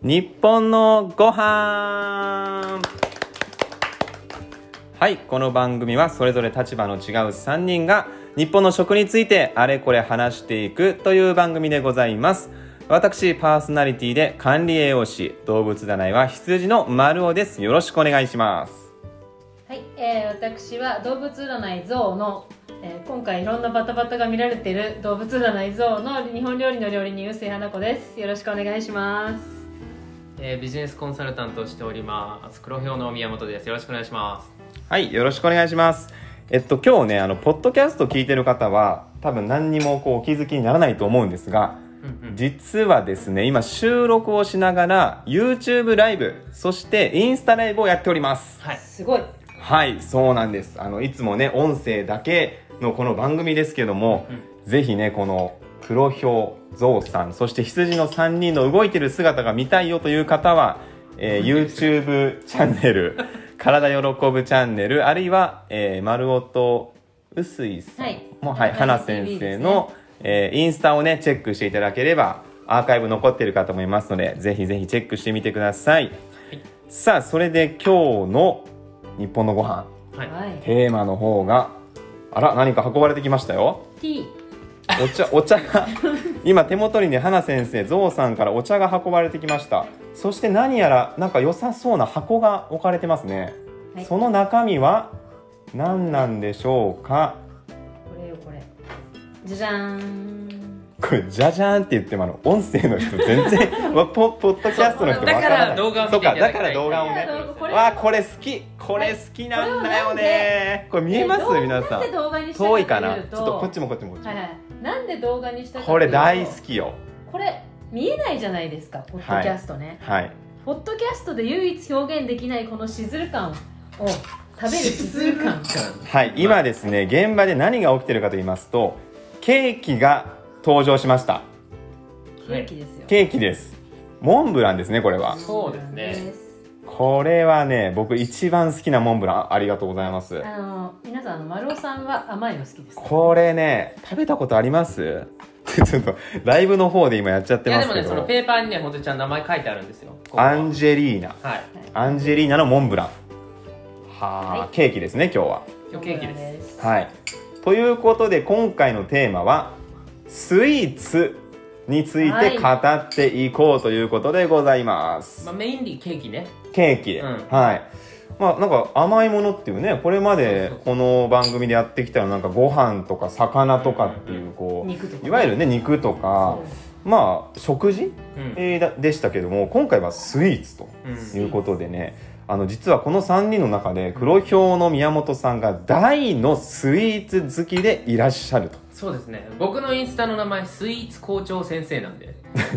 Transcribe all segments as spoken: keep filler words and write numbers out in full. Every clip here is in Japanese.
日本のご飯。はい、この番組はそれぞれ立場の違うさんにんが日本の食についてあれこれ話していくという番組でございます。私パーソナリティで管理栄養士、動物占いは羊の丸尾です。よろしくお願いします。 はい、えー、私は動物占いゾウの、えー、今回いろんなバタバタが見られている動物占いゾウの日本料理の料理人、臼井花子です。よろしくお願いします。 えー、ビジネスコンサルタントをしております黒豹の宮本です。よろしくお願いします。 はい、よろしくお願いします。えっと今日ね、あのポッドキャスト聞いてる方は多分何にもこうお気づきにならないと思うんですが、うんうん、実はですね、今収録をしながら YouTube ライブ、そしてインスタライブをやっております。 はい、すごい。 はい、そうなんです。あのいつもね音声だけのこの番組ですけども、うん、ぜひねこの黒豹ゾウさん、そして羊のさんにんの動いてる姿が見たいよという方は、えー、YouTube チャンネル体喜ぶチャンネル、あるいは、えー、丸尾と臼井さんも、はい、はい、花先生の、えー、インスタをねチェックしていただければアーカイブ残っている方もいますので、ぜひぜひチェックしてみてください。はい、さあ、それで今日の日本のご飯、はい、テーマの方が、あら、何か運ばれてきましたよ。 ティーお茶、お茶が今手元にね、花先生、ゾウさんからお茶が運ばれてきました。そして何やらなんか良さそうな箱が置かれてますね。はい、その中身は何なんでしょうか。 これよ、これじゃじゃーん。 これじゃじゃーんって言ってもあの音声の人全然ポ, ポッドキャストの人分からない。 だから動画を見ていただきたい。 そうか、だから動画をね。わあ、これ好き、これ好きなんだよね。これ見えます、皆さん。 なんで動画にした遠いかな。ちょっとこっちもこっちもこっちも、はいはい、 なんで動画にしたか。 これ大好きよ。 これ見えないじゃないですか、ポッドキャストね。 はい、はい、 ポッドキャストで唯一表現できないこのしずる感を食べるしずる感。 はい、今ですね、現場で何が起きてるかと言いますと、ケーキが登場しました。 ケーキですよ。 ケーキです。モンブランですね、これは。 そうですね。 これはね、僕一番好きなモンブラン。ありがとうございます。 あの皆さん、あの丸尾さんは甘いの好きですか。 これね、食べたことあります？ちょっとライブの方で今やっちゃってますけど。 いやでもね、そのペーパーにね、本当にちゃんと名前書いてあるんですよ。ここアンジェリーナ、 はい、 アンジェリーナのモンブラン。はあ、はい、ケーキですね、今日は。 今日ケーキです。 はい。ということで今回のテーマはスイーツについて語っていこうということでございます。 はい、まあ、メインにケーキね。 ケーキ、うん、はい。まあなんか甘いものっていうね、これまでこの番組でやってきたのなんかご飯とか魚とかっていうこう、 肉とか、 いわゆるね肉とか、まあ食事、うん、えー、でしたけども、今回はスイーツということでね、うん、あの実はこのさんにんの中で黒豹の宮本さんが大のスイーツ好きでいらっしゃると。 そうですね、僕のインスタの名前スイーツ校長先生なんで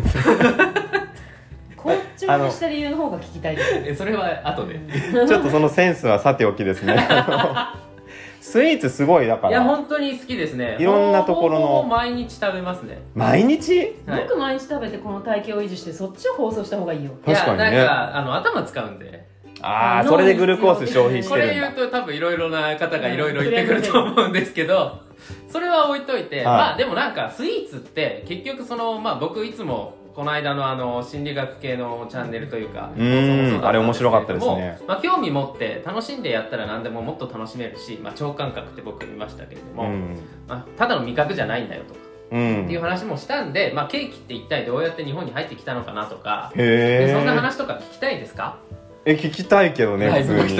校長にした理由の方が聞きたいです。 え、それは後でちょっとそのセンスはさておきですねスイーツすごい、だからいや本当に好きですね。 いろんなところのほぼ毎日食べますね。 毎日、 はい、よく毎日食べてこの体型を維持して、そっちを放送した方がいいよ。 確かにね。 いや、なんかあの頭使うんで。 ああ、それでグルコース消費してるんだ。 これ言うと多分いろいろな方がいろいろ言ってくると思うんですけど、それは置いといて、はい、まあでもなんかスイーツって結局その、まあ僕いつもこの間のあの心理学系のチャンネルというか、 うーん、あれ面白かったですね。 まあ興味持って楽しんでやったら何でももっと楽しめるし、まあ超感覚って僕見ましたけれども、まあ、ただの味覚じゃないんだよとか、うん、っていう話もしたんで、まあケーキって一体どうやって日本に入ってきたのかなとか、 へー、 そんな話とか聞きたいですか？ え、聞きたいけどね、普通に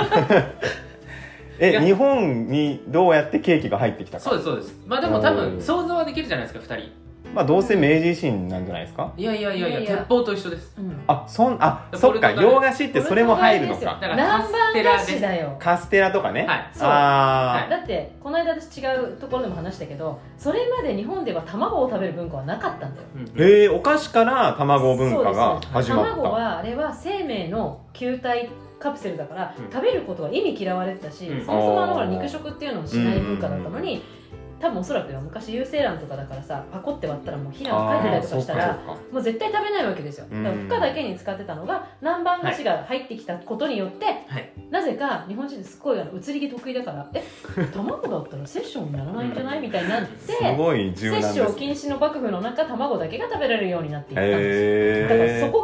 え、日本にどうやってケーキが入ってきたか。 そうですそうです。まあでも多分想像はできるじゃないですか、ふたり。 まあどうせ明治維新なんじゃないですか。 いやいやいやいや、鉄砲と一緒です。 うん、あ、そん、あ、そっか、洋菓子ってそれも入るのか。 だからカステラです。 だよ。 カステラとかね。 はい。そう。あ、だってこの間私違うところでも話したけど、それまで日本では卵を食べる文化はなかったんだよ。 うん、へえ、お菓子から卵文化が始まった。 卵はあれは生命の球体カプセルだから、うん、食べることは意味嫌われてたし、うん、そもそもだから肉食っていうのをしない文化だったのに、多分おそらくよ、昔有精卵とかだからさ、パコって割ったらもうヒナが帰ってたりとかしたらもう絶対食べないわけですよ。だから負荷だけに使ってたのが南蛮菓子が入ってきたことによって、はい、なぜか日本人ですごいあの移り気得意だから、え、卵だったら摂取にならないんじゃないみたいになって、すごい柔軟です。 摂取禁止の幕府の中、卵だけが食べられるようになっていったんですよ。だからそこが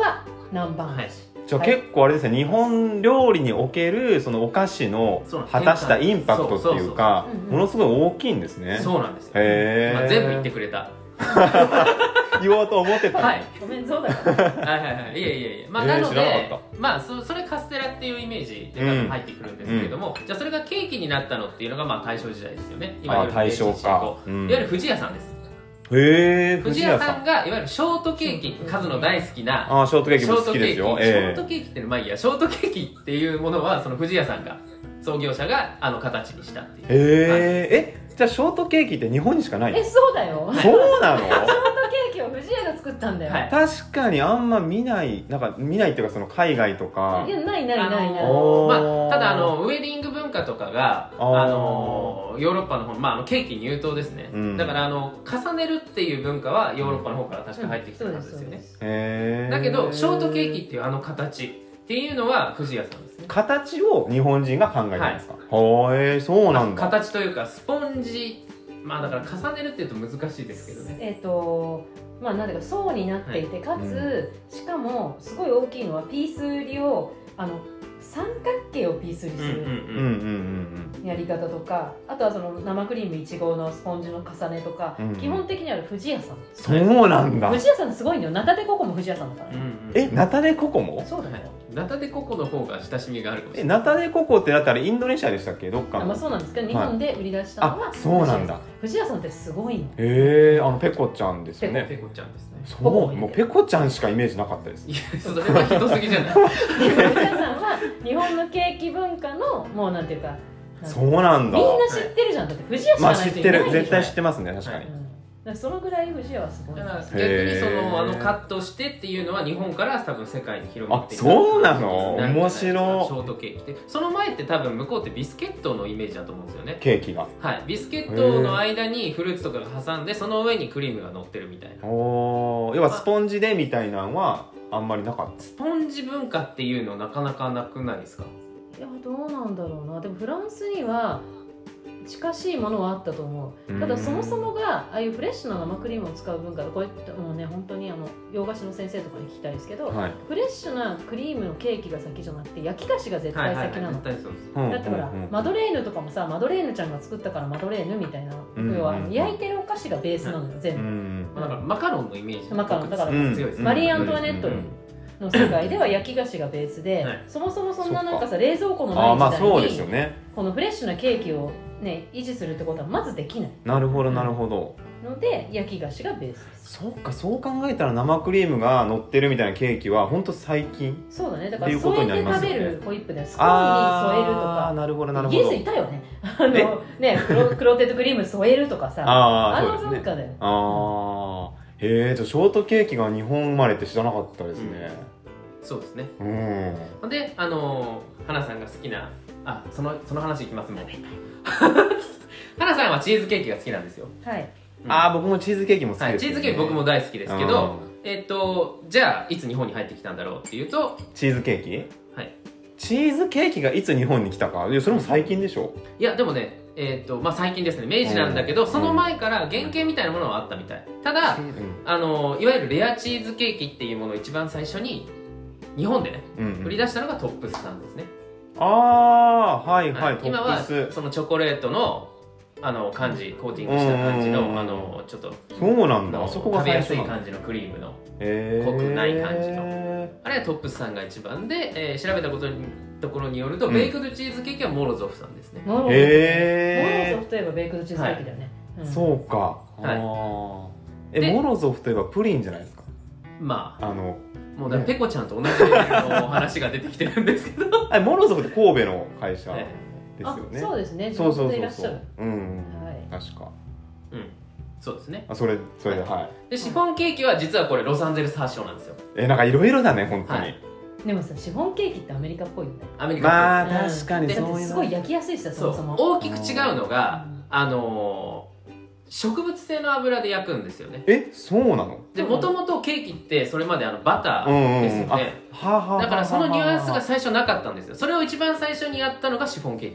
南蛮はい味。 じゃあ結構あれですね、日本料理におけるそのお菓子の果たしたインパクトっていうか、ものすごい大きいんですね。 そうなんですよ。 へー、 まあ、全部言ってくれた。 言おうと思ってた。 はい。 ごめん、そうだから。 はいはいはい。いえいえいえ。まあ、 えーなの知らなかっで、まあそ、それカステラっていうイメージで多分入ってくるんですけれども、じゃあそれがケーキになったのっていうのがまあ大正時代ですよね。いわゆるあ大正かうんいわゆる富士屋さんです。 へえ、 富士屋さんがいわゆるショートケーキ、カズの大好きなあーショートケーキも好きですよ。 ショートケーキっていうのまあいいや、ショートケーキっていうものはその富士屋さんが創業者があの形にしたっていう。 へえ、え、じゃあショートケーキって日本にしかないの？ え、そうだよ。 そうなの？ ショートケーキを藤屋が作ったんだよ。 はい確かにあんま見ない、なんか見ないっていうかその海外とかい。や、ないないないない。 あのーまあ、ただあのウェディング文化とかがあーあのヨーロッパの方、まあ、あのケーキ入刀ですね、 うんだからあの重ねるっていう文化はヨーロッパの方から確か入ってきてたんですよね、 へえ。 だけどショートケーキっていうあの形っていうのは富士屋さんですね。 形を日本人が考えたんですか？はへえ、そうなんだ。 形というかスポンジ、まあだから重ねるっていうと難しいですけどね。 えっとまあなんていうか層になっていて、かつ、しかもすごい大きいのはピース売りをあの三角形をピース売りするうんうんうんやり方とか、あとはその生クリームいち号のスポンジの重ねとか、 うん基本的には富士屋さん。 そうなんだ。 富士屋さんってすごいんだよ。ナタデココも富士屋さんだから、 うんうんうんえ、ナタデココも？ そうだよ、 ナタデココの方が親しみがあるかもしえ、 れない。 ナタデココってだったらインドネシアでしたっけ？どっかあ、 の。 まあ、そうなんですけど日本で売り出したのはあ、そうなんだ。 富士屋さんってすごいの。 へえ、あのペコちゃんですよね。 ペコちゃんですね。 そう、もうペコちゃんしかイメージなかったです。 いや、それはひどすぎじゃない。 でも富士屋さんは日本のケーキ文化のもうなんていうか、 そうなんだ。 みんな知ってるじゃん。だって富士屋知まらないあ知ってる、 といないでしょ。 絶対知ってますね、確かに。 うんだからそのぐらい富士屋はすごい。 だから逆へーにそのあのカットしてっていうのは日本から多分世界に広まっていあそうなのるんじゃないですか面白いショートケーキってその前って多分向こうってビスケットのイメージだと思うんですよね。 ケーキが。 はい、ビスケットの間にフルーツとかが挟んでその上にクリームが乗ってるみたいな。 おー、要はスポンジでみたいなのはあんまりなかった。 スポンジ文化っていうのなかなかなくないですか？ いやどうなんだろうな。でもフランスには近しいものはあったと思う。ただそもそもがああいうフレッシュな生クリームを使う文化で、これもうね本当にあの洋菓子の先生とかに聞きたいですけど、 はい。 フレッシュなクリームのケーキが先じゃなくて焼き菓子が絶対先なの。 絶対そうです。 うんだってほら、 うんうんマドレーヌとかもさ、マドレーヌちゃんが作ったからマドレーヌみたいな、 うん要はあの焼いてるお菓子がベースなのよ、全部、 うんまあだからマカロンのイメージマカロンだから強いですね。 マリー・アントワネットうんうんの世界では焼き菓子がベースで、 はいそもそもそんななんかさ冷蔵庫のあーまあない時そうですよ代にね。 このフレッシュなケーキをね維持するってことはまずできないなるほどなるほど。 ので焼き菓子がベースです。 そうか、そう考えたら生クリームが乗ってるみたいなケーキは本当最近。 そうだね。だからっていうこと添えてになりますよね食べるホイップでスコーンに添えるとか、 あーなるほどなるほどイギリスいたよね。あのねクロクロテッドクリーム添えるとかさ、 あーあのそうですね文化だよ。 ああ、へえ、じゃあショートケーキが日本生まれって知らなかったですね。 そうですね。 うん。 で、あのー、花さんが好きなあそのその話いきますもん。花さんはチーズケーキが好きなんですよ。 はい。 うんああ、僕もチーズケーキも好きはい、 です、 チーズケーキ僕も大好きですけど、えっとじゃあいつ日本に入ってきたんだろうっていうと、 チーズケーキ？ はい、 チーズケーキがいつ日本に来たか、いやそれも最近でしょ。 いやでもね、えっとまあ、最近ですね、明治なんだけど、 うんその前から原型みたいなものはあったみたい。ただ、 うんあのいわゆるレアチーズケーキっていうものを一番最初に日本でねうん売り出したのがトップスさんですね。 ああ、はいはい、ト今はップス。 そのチョコレートのあの感じ、コーティングした感じうんうんうんのあのちょっとそうなんだ。 のあそこが食べやす最初なんだ。 い感じのクリームのへー濃くない感じのあれはトップスさんが一番で、えー調べたことにところによると、 うんベイクドチーズケーキはモロゾフさんですね。 モロゾフ。モロへゾフといえばベイクドチーズケーキだよね。 え、 んそうか。 はいあーえ、 でモロゾフといえばプリンじゃないですか。 まああの、 もうだからペコちゃんと同じレベルの話が出てきてるんですけどあれモロゾフって神戸の会社えですよね。 あ、そうですね。 そうそう地元でいそうそうらっしゃる。。 うん、 はい。 確か。 うんそうですね。 あ、それ、それで、はい。 でシフォンケーキは実はこれロサンゼルス発祥なんですよ。 え、なんかいろいろだね、本当に。 はいでもさ、シフォンケーキってアメリカっぽいよね。 アメリカまあ、 っぽいうん確かにでそういうの。 だってすごい焼きやすいしさ、 ですそもそも。 そう大きく違うのが、 うんあのー植物性の油で焼くんですよね。 え、そうなの？ でもともとケーキってそれまであのバタうんうんーですよね。 うん。あ、はあはあはあはあ。 だからそのニュアンスが最初なかったんですよ。それを一番最初にやったのがシフォンケーキです。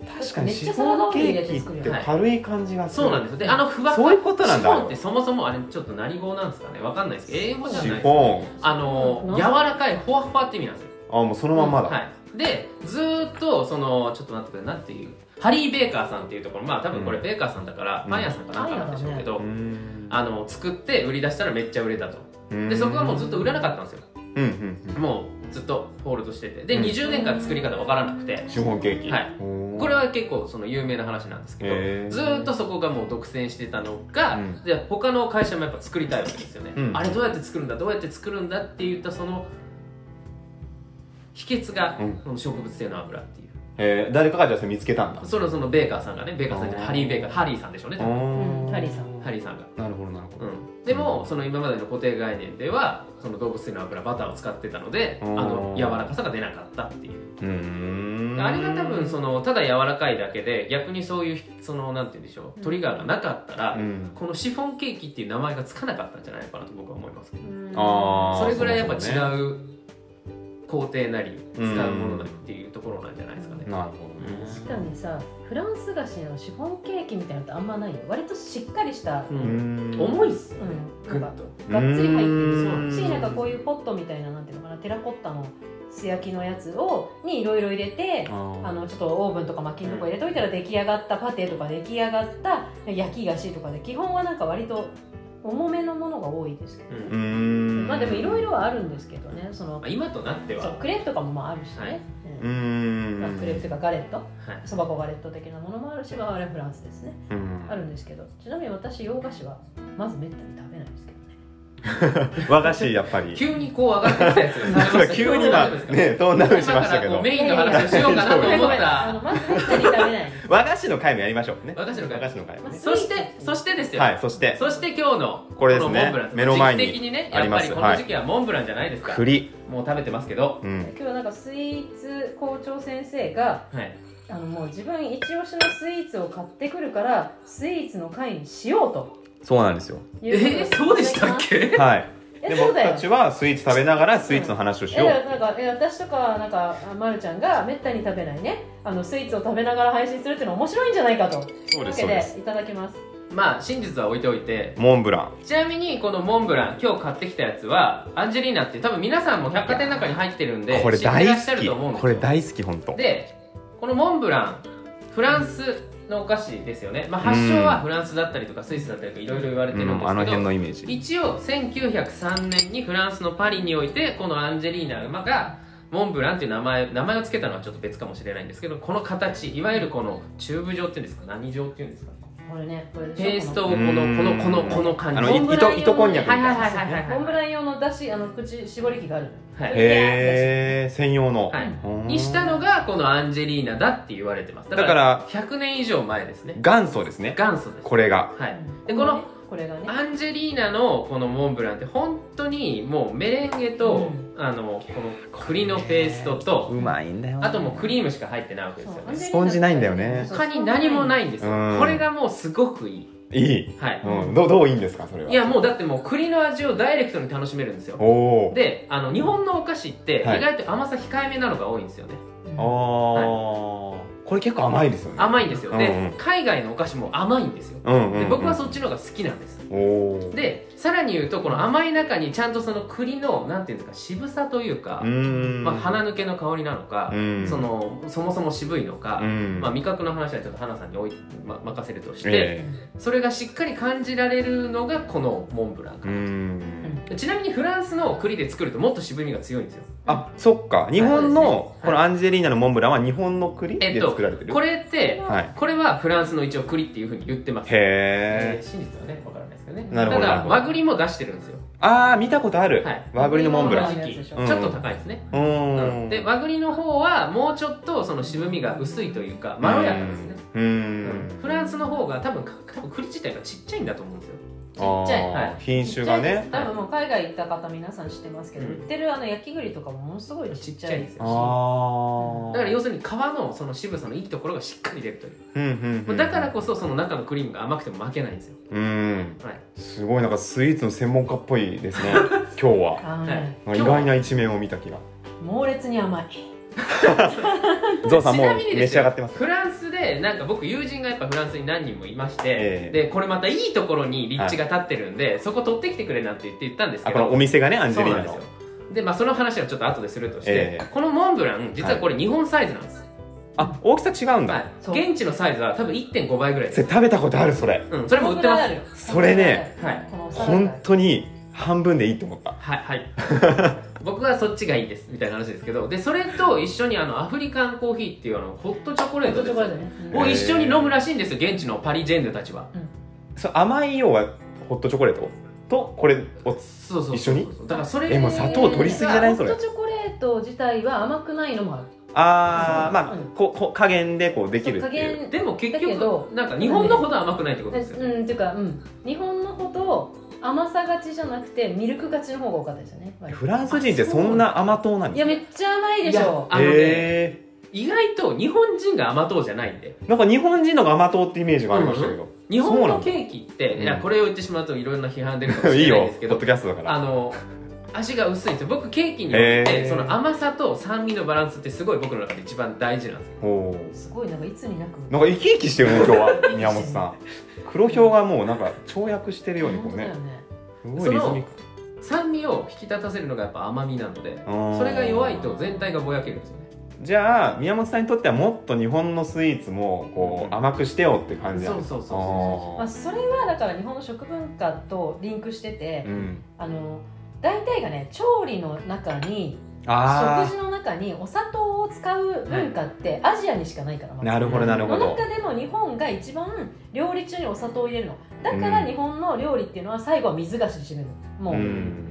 確かにシフォンケーキって軽い感じがする。 そうなんですよ。で、あのふわふわシフォンってそもそもあれちょっと何語なんですかね、わかんないですけど、英語じゃないですか。あの柔らかいふわふわって意味なんですよ。 あ、もうそのまんまだ。 はい。で、ずーっとそのちょっと待ってくれ、なんていうハリー・ベーカーさんっていうところ、まあ多分これベーカーさんだからパン屋さんかなんかなんでしょうけど、あの作って売り出したらめっちゃ売れたと。で、そこはもうずっと売らなかったんですよ。もうずっとホールドしてて、でにじゅうねんかん作り方わからなくて、 シフォンケーキ、 はい、これは結構その有名な話なんですけど、ずーっとそこがもう独占してたのが、うん、で他の会社もやっぱ作りたいわけですよね、うん、あれどうやって作るんだどうやって作るんだって言ったその秘訣が、うん、植物性の油っていう。 えー、誰かがじゃあ見つけたんだ。 そのそのベーカーさんがね、ベーカーさんじゃないハリー・ベーカー、ハリーさんでしょうね、多分。 ハリーさんハリーさんが。 なるほどなるほど、 うん、でもその今までの固定概念ではその動物性の油バターを使ってたので、あの柔らかさが出なかったっていう。うーん、あれが多分そのただ柔らかいだけで逆にそういうそのなんて言うんでしょう、トリガーがなかったら、うん、このシフォンケーキっていう名前がつかなかったんじゃないかなと僕は思います。あ、それぐらいやっぱ違う工程なり使うものだっていうところなんじゃないですかね。 なるほどね。 確かにさ、フランス菓子のシフォンケーキみたいなのってあんまないよ。割としっかりした、うん、 重いっすよ、 うん、なんかがっつり入ってるし、なんかこういうポットみたいな、なんていうのかな、テラコッタの素焼きのやつをにいろいろ入れて、あのちょっとオーブンとか薪のとこ入れといたら出来上がったパテとか出来上がった焼き菓子とかで、基本はなんか割と重めのものが多いですけどね。うん、まあでもいろいろはあるんですけどね。その今となってはそうクレープとかもまああるしね。はい、うん、まあ、クレープというかガレット、そば粉ガレット的なものもあるし、まあ、あれはフランスですね、うん、あるんですけど、ちなみに私洋菓子はまずめったに食べないんですけどね。 和菓子やっぱり急にこう上がってきたやつがされました急にはねトーンダウンしましたけど、 メインの話をしようかなと思ったあのまずめったに食べない和菓子の回もやりましょうね。 和菓子の回、 和菓子の回もね。 そしてそしてですよ、 はい、そしてそして今日のこれですね、目の前に時期的にね、やっぱりこの時期はモンブランじゃないですか。 栗もう食べてますけど、 うん、今日はなんかスイーツ校長先生が、はい、あのもう自分一押しのスイーツを買ってくるからスイーツの会にしようと。 そうなんですよ。 えー、そうでしたっけ？ はい。で僕たちはスイーツ食べながらスイーツの話をしよう。 うん、なんかえ私とかなんかまるちゃんがめったに食べないね、あのスイーツを食べながら配信するっていうのは面白いんじゃないかと。そうですそうです。いただきます。 まあ真実は置いておいて、 モンブラン、 ちなみにこのモンブラン今日買ってきたやつはアンジェリーナっていう、多分皆さんも百貨店の中に入ってるんでこれ大好き、これ大好き本当で、このモンブランフランスのお菓子ですよね、まあ、発祥はフランスだったりとかスイスだったりとかいろいろ言われてるんですけど、うん、あの辺のイメージ。一応せんきゅうひゃくさんねんにフランスのパリにおいてこのアンジェリーナがモンブランっていう名前名前を付けたのはちょっと別かもしれないんですけど、この形、いわゆるこのチューブ状っていうんですか、何状っていうんですか、 これね、これペーストをこのこのこのこの感じ、 あの糸糸こんにゃくみたいな、 はいはいはいはい、モンブラン用のだし、あの口絞り器がある、 はい、へえ、専用の、 はい、にしたのがこのアンジェリーナだって言われてます。だからひゃくねん以上前ですね。 元祖ですね。 元祖です。 これが、 はい。でこのこれがね、アンジェリーナのこのモンブランって本当にもうメレンゲと、うん、あのこの栗のペーストとうまいんだよ、ね、 あともうクリームしか入ってないわけですよね。 スポンジないんだよね。 他に何もないんですよ。これがもうすごくいい。 いい、 はい、 うん、ど, どういいんですかそれは。 いやもうだってもう栗の味をダイレクトに楽しめるんですよ。おで、あの日本のお菓子って意外と甘さ控えめなのが多いんですよね。ああ、はい、 これ結構甘いですよね。 甘いんですよ。で、うんうん、海外のお菓子も甘いんですよ。うんうんうん、で僕はそっちの方が好きなんです。おでさらに言うとこの甘い中にちゃんとその栗のなんていうんですか、渋さというか、まあ、鼻抜けの香りなのか、そのそもそも渋いのか、まあ、味覚の話はちょっと花さんにおい、ま、任せるとして、えー、それがしっかり感じられるのがこのモンブランかな。うんちなみにフランスの栗で作るともっと渋みが強いんですよ。 あ、そっか。日本のこのアンジェリーナのモンブランは日本の栗で作られてる、 えっと、これって、はい、これはフランスの一応栗っていうふうに言ってます。へえ。真実はね、わからないですけどね。なるほど。ただ和栗も出してるんですよ。 ああ、見たことある、はい、和栗のモンブラン、 ちょっと高いですね。うん、で和栗の方はもうちょっとその渋みが薄いというかまろやかですね。うん、うん、フランスの方が多分多分栗自体がちっちゃいんだと思うんですよ。 ちっちゃい、 はい、品種がね。 多分もう海外行った方皆さん知ってますけど、うん、売ってるあの焼き栗とかもものすごいちっちゃいんですよ。 あだから要するに皮のその渋さのいいところがしっかり出るという、うんうんうん、だからこそその中のクリームが甘くても負けないんですよ。うん、 はい、すごいなんかスイーツの専門家っぽいですね今日は、はい、意外な一面を見た気が。 猛烈に甘いゾウさんもう召し上がってます。 フランスででなんか僕友人がやっぱフランスに何人もいまして、 えー、 でこれまたいいところに立地が立ってるんで、はい、そこ取ってきてくれなんて言って言ったんですけど、 あこのお店がねアンジェリーナので、まあ、その話はちょっと後でするとして、 えー、 このモンブラン実はこれ日本サイズなんです、はい、 あ大きさ違うんだ、はい、 現地のサイズは多分 いってんご 倍ぐらいです。 それ食べたことあるそれ、 うん、それも売ってます。 それね、 はい、 本当に半分でいいと思った。 はいはい僕はそっちがいいですみたいな話ですけど、でそれと一緒にあのアフリカンコーヒーっていうあのホットチョコレートです、ね、を一緒に飲むらしいんですよ、現地のパリジェンヌたちは、うん、 そう甘い要はホットチョコレートとこれを一緒に、 だからそれえもう砂糖取りすぎじゃないそれ。 ホットチョコレート自体は甘くないのもある。 ああまあ、うん、ここ加減でこうできるっていう。 でも結局なんか日本のほど甘くないってことですよね。 うんっていうか、うん、日本のほど甘さがちじゃなくてミルクがちの方が多かったですよね。 フランス人ってそんな甘党なんですか？ いやめっちゃ甘いでしょ。 あのね、意外と日本人が甘党じゃないんで、 なんか日本人のが甘党ってイメージがありましたけど、うん、 日本のケーキって、いやこれを言ってしまうといろんな批判出るかもしれないんですけどいいよポッドキャストだから、 あの味が薄いんですよ。僕ケーキによってその甘さと酸味のバランスってすごい僕の中で一番大事なんですよ。 おすごいなんかいつになくなんか生き生きしてるね今日は宮本さん黒ひょうがもうなんか跳躍してるようにこうね、すごいリズミック。 酸味を引き立たせるのがやっぱ甘みなので、それが弱いと全体がぼやけるんですよね。 じゃあ宮本さんにとってはもっと日本のスイーツもこう甘くしてよって感じなんですか？ そうそうそうそう、 まあ、それはだから日本の食文化とリンクしてて、うん、あの大体がね調理の中に食事の中にお砂糖を使う文化ってアジアにしかないから、 はい、なるほどなるほど。 の中でも日本が一番料理中にお砂糖を入れるのだから日本の料理っていうのは最後は水菓子で締めるの、もう、うん、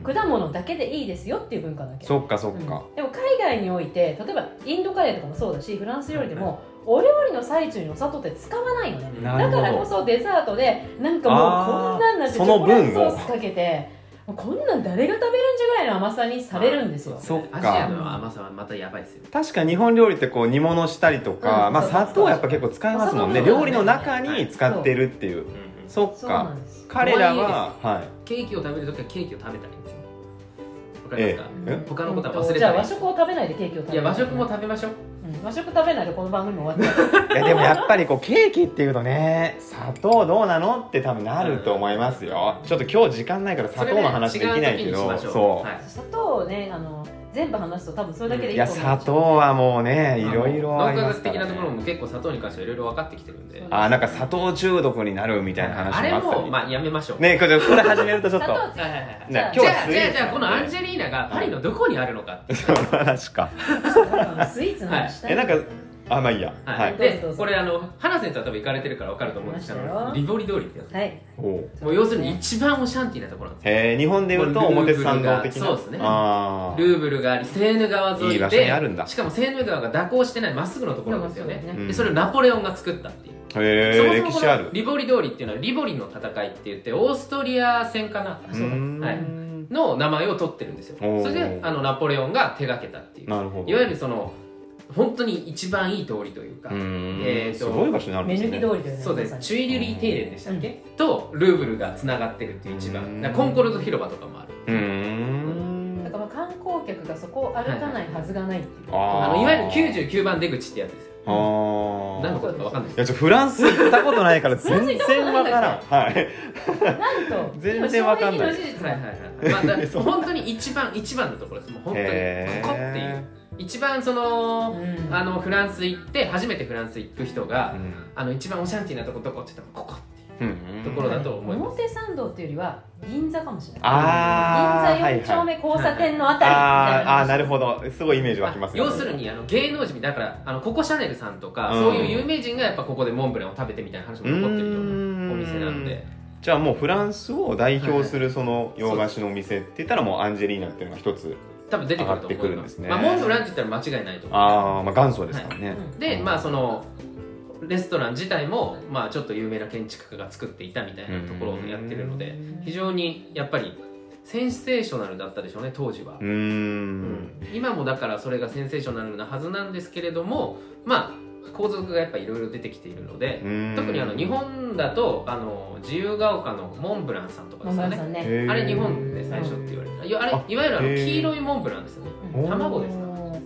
果物だけでいいですよっていう文化だけ。 そっかそっか、うん、 でも海外において例えばインドカレーとかもそうだしフランス料理でも、お料理の最中にお砂糖って使わないのね。だからこそデザートでなんかもうこんなんなってチョコレートソースかけてこんなん誰が食べるんじゃぐらいの甘さにされるんですよ。 そっか。 アジアの甘さはまたやばいですよ。 確かに日本料理ってこう煮物したりとか、うん、まあ砂糖はやっぱ結構使いますもんね。料理の中に使ってるっていう。そっか。彼らは、はい、 ケーキを食べるときはケーキを食べたらいいんですよ。わかりますか？ええ、他のことは忘れたらいい。 じゃあ和食を食べないでケーキを食べる。 いや和食も食べましょう。 うん、和食食べないでこの番組も終わっちゃう。 いやでもやっぱりこうケーキっていうとね、砂糖どうなのって多分なると思いますよ。ちょっと今日時間ないから砂糖の話できないけど、 そう、はい、砂糖をねあの全部話すと多分それだけでいいと思う。 いや砂糖はもうねいろいろありますからね。 脳科学的なところも結構砂糖に関してはいろいろ分かってきてるんで。 あなんか砂糖中毒になるみたいな話もあったり。 あれもまあやめましょう。 ねこれこれ始めるとちょっと。 じゃあじゃあじゃあこのアンジェリーナがパリのどこにあるのかっていう話か。 スイーツの話したい。 えなんかあまあいいや。 はい。でこれあの花先生は多分行かれてるから分かると思うんですけど、リボリ通りってやつ。 はい。 もう要するに一番オシャンティーなところなんですよ。 へえ日本でいうと表参道的な。 そうですね。ルーブルがありセーヌ川沿いで、 いい場所にあるんだ。 しかもセーヌ川が蛇行してないまっすぐのところなんですよね。でそれをナポレオンが作ったっていう。 へえ歴史ある。 リボリ通りっていうのはリボリの戦いって言ってオーストリア戦かな。そうはい。の名前を取ってるんですよ。それであのナポレオンが手掛けたっていう。 なるほど。 いわゆるその本当に一番いい通りというか、 えー、とすごい場所になるんですね。 目抜き通りというね。 そうです。チュイリュリー庭園でしたっけ、うん、とルーブルがつながってるっていう一番。コンコルド広場とかもある。 うーん。 だから観光客がそこを歩かないはずがないっていう。 はい、あのいわゆるきゅうじゅうきゅうばん出口ってやつですよ。ああ。何のことかわかんないです。 いやちょフランス行ったことないから全然わからん。はい。 なんと全然わかんない。はいはいはい。まあ本当に一番一番のところです。もう本当にここっていう。一番その、うん、あのフランス行って初めてフランス行く人が、うん、あの一番オシャンティーなとこどこって言ったらここっていうところだと思います。 表参道っていうよりは銀座かもしれない。 あ銀座よん丁目交差点のあたりみたいな。 ああなるほどすごいイメージ湧きますね。 要するにあの芸能人だからあのココシャネルさんとか、うん、そういう有名人がやっぱここでモンブランを食べてみたいな話も残ってるようなお店なんで。 じゃあもうフランスを代表するその洋菓子のお店って言ったらもうアンジェリーナっていうのが一つ。多分出てくると思います。まあモンブランって言ったら間違いないと思う。 ああ、まあ元祖ですからね。はい、 で、まあそのレストラン自体もまあちょっと有名な建築家が作っていたみたいなところをやってるので、非常にやっぱりセンセーショナルだったでしょうね当時は。うん、今もだからそれがセンセーショナルなはずなんですけれども、まあ皇族がやっぱいろいろ出てきているので、特にあの日本だとあの自由が丘のモンブランさんとかですよね。ねあれ日本で最初って言われた。あれいわゆるあの黄色いモンブランですよね。卵ですか。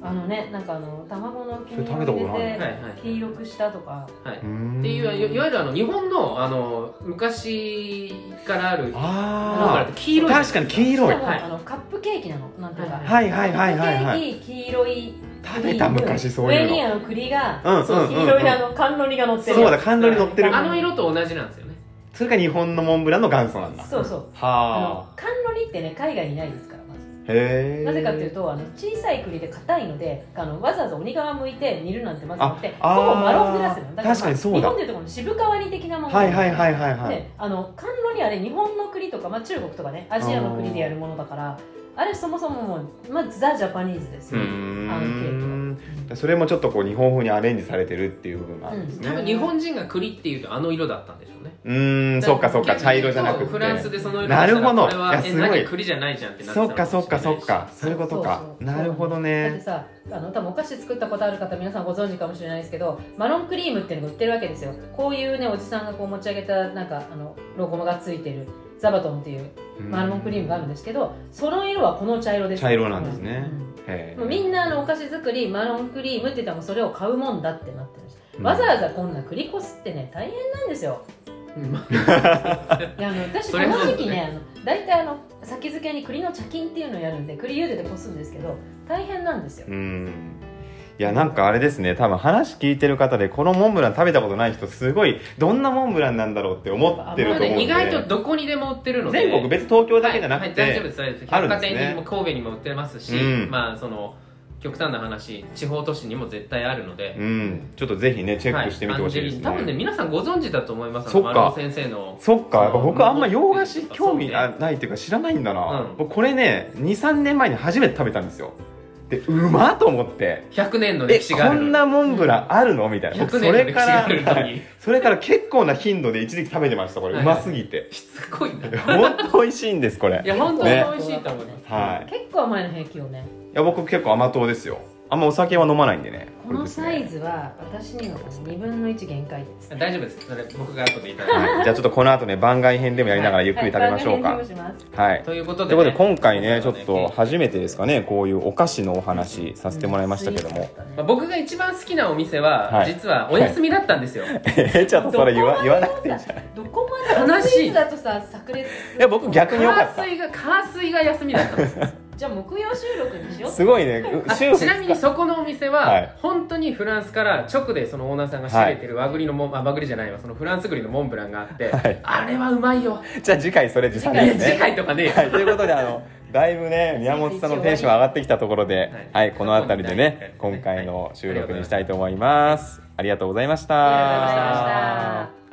あのね、なんかあの卵の黄身をそれ食べたこと入れないて黄色くしたとか、 はい、 うんっていういわゆるあの日本のあの昔からあるああ黄色い、 確かに黄色いしかも、 はいあのカップケーキなの、なんていうか、 はいはいはいはいはいカップケーキ黄色い食べた昔そういうの上にあの栗が、 うんうんうんうんそう黄色いあの甘露煮が乗ってる、 そうだ甘露煮乗ってるあの色と同じなんですよね。 それが日本のモンブランの元祖なんだ。 そうそう、あはの甘露煮ってね海外にないですから、まずあへえなぜかというと、あの小さい栗で硬いので、あのわざわざ鬼皮むいて煮るなんてまずなくて、 あほぼマロングラスなのだから、 確かにそうだ日本でいうとこの渋皮煮的なものはいはいはいはいはいで、あの甘露煮あれ日本の栗とか、まあ、中国とかねアジアの栗でやるものだから、あれそもそももう、まあ、ザ・ジャパニーズですよ、あのケーキは。 それもちょっとこう日本風にアレンジされてるっていう部分があるんですね、 多分日本人が栗っていうとあの色だったんでしょうね。 うーんそっかそっか茶色じゃなくてフランスでその色なるほどこれはいやすごいえ何栗じゃないじゃんってなってたそっかそっかそっかそういうことかそうそうなるほどだってねさ、あの多分お菓子作ったことある方皆さんご存知かもしれないですけど、マロンクリームっていうのが売ってるわけですよ。こういうねおじさんがこう持ち上げたなんかあのロゴがついてるザバトンっていうマロンクリームがあるんですけど、その色はこの茶色です。 茶色なんですね、 うんへもうみんなあのお菓子作りマロンクリームって言ったらもうそれを買うもんだってなってるんです、うん、わざわざこんな栗こすってね大変なんですよ。いやあの私この時期ね、あの大体あの先付けに栗の茶巾っていうのをやるんで栗茹でてこすんですけど大変なんですよ。 うんいやなんかあれですね、多分話聞いてる方でこのモンブラン食べたことない人すごいどんなモンブランなんだろうって思ってると思うんで、 意外とどこにでも売ってるので、 全国別東京だけじゃなくて、 はいはい、大丈夫です大丈夫です。百貨店にも神戸にも売ってますし、 うん、 まあその極端な話地方都市にも絶対あるので、 うん、ちょっとぜひねチェックしてみてほしいですね、 はい、多分ね皆さんご存知だと思います。 そっか、 丸尾先生のそっか僕あんま洋菓子興味ないっていうか知らないんだな、うん、僕これね にさんねんまえに初めて食べたんですよ。でうまっと思ってひゃくねんの歴史があるえこんなモンブランあるのみたいな。 ひゃくねんの歴史があるのにそれから結構な頻度で一時期食べてましたこれ、はい、うますぎてしつこいな本当美味しいんですこれ。 いや本当に美味しいと思います、 ね、はい、結構甘いの平気よね。 いや僕結構甘党ですよ。あんまお酒は飲まないんでね。 このサイズは私にはにぶんのいち限界です。 大丈夫です。僕が後でいただきます、 はい、じゃあちょっとこの後ね番外編でもやりながらゆっくり食べましょうか。はい、 はい、ということで、ね、 ということで今回ねちょっと初めてですかねこういうお菓子のお話させてもらいましたけども、うんまあ、僕が一番好きなお店は、はい、実はお休みだったんですよ。 えちょっとそれ言わ言わなくていいじゃない。 どこまでおスイーツだとさ炸裂。 いや僕逆に良かった。 火水が火水が休みだったんですよ。 じゃあ木曜収録にしよう。 すごいね。 ちなみにそこのお店は、はい、本当にフランスから直でそのオーナーさんが仕入れてる和栗のも、はい、あ和栗じゃないわそのフランス栗のモンブランがあって、はい、あれはうまいよ。 じゃあ次回それ持参ですね。 次回とかね。 はい、ということであのだいぶね宮本さんのテンション上がってきたところで、はい、はい、この辺りでね今回の収録にしたいと思います。ありがとうございました。 ありがとうございました。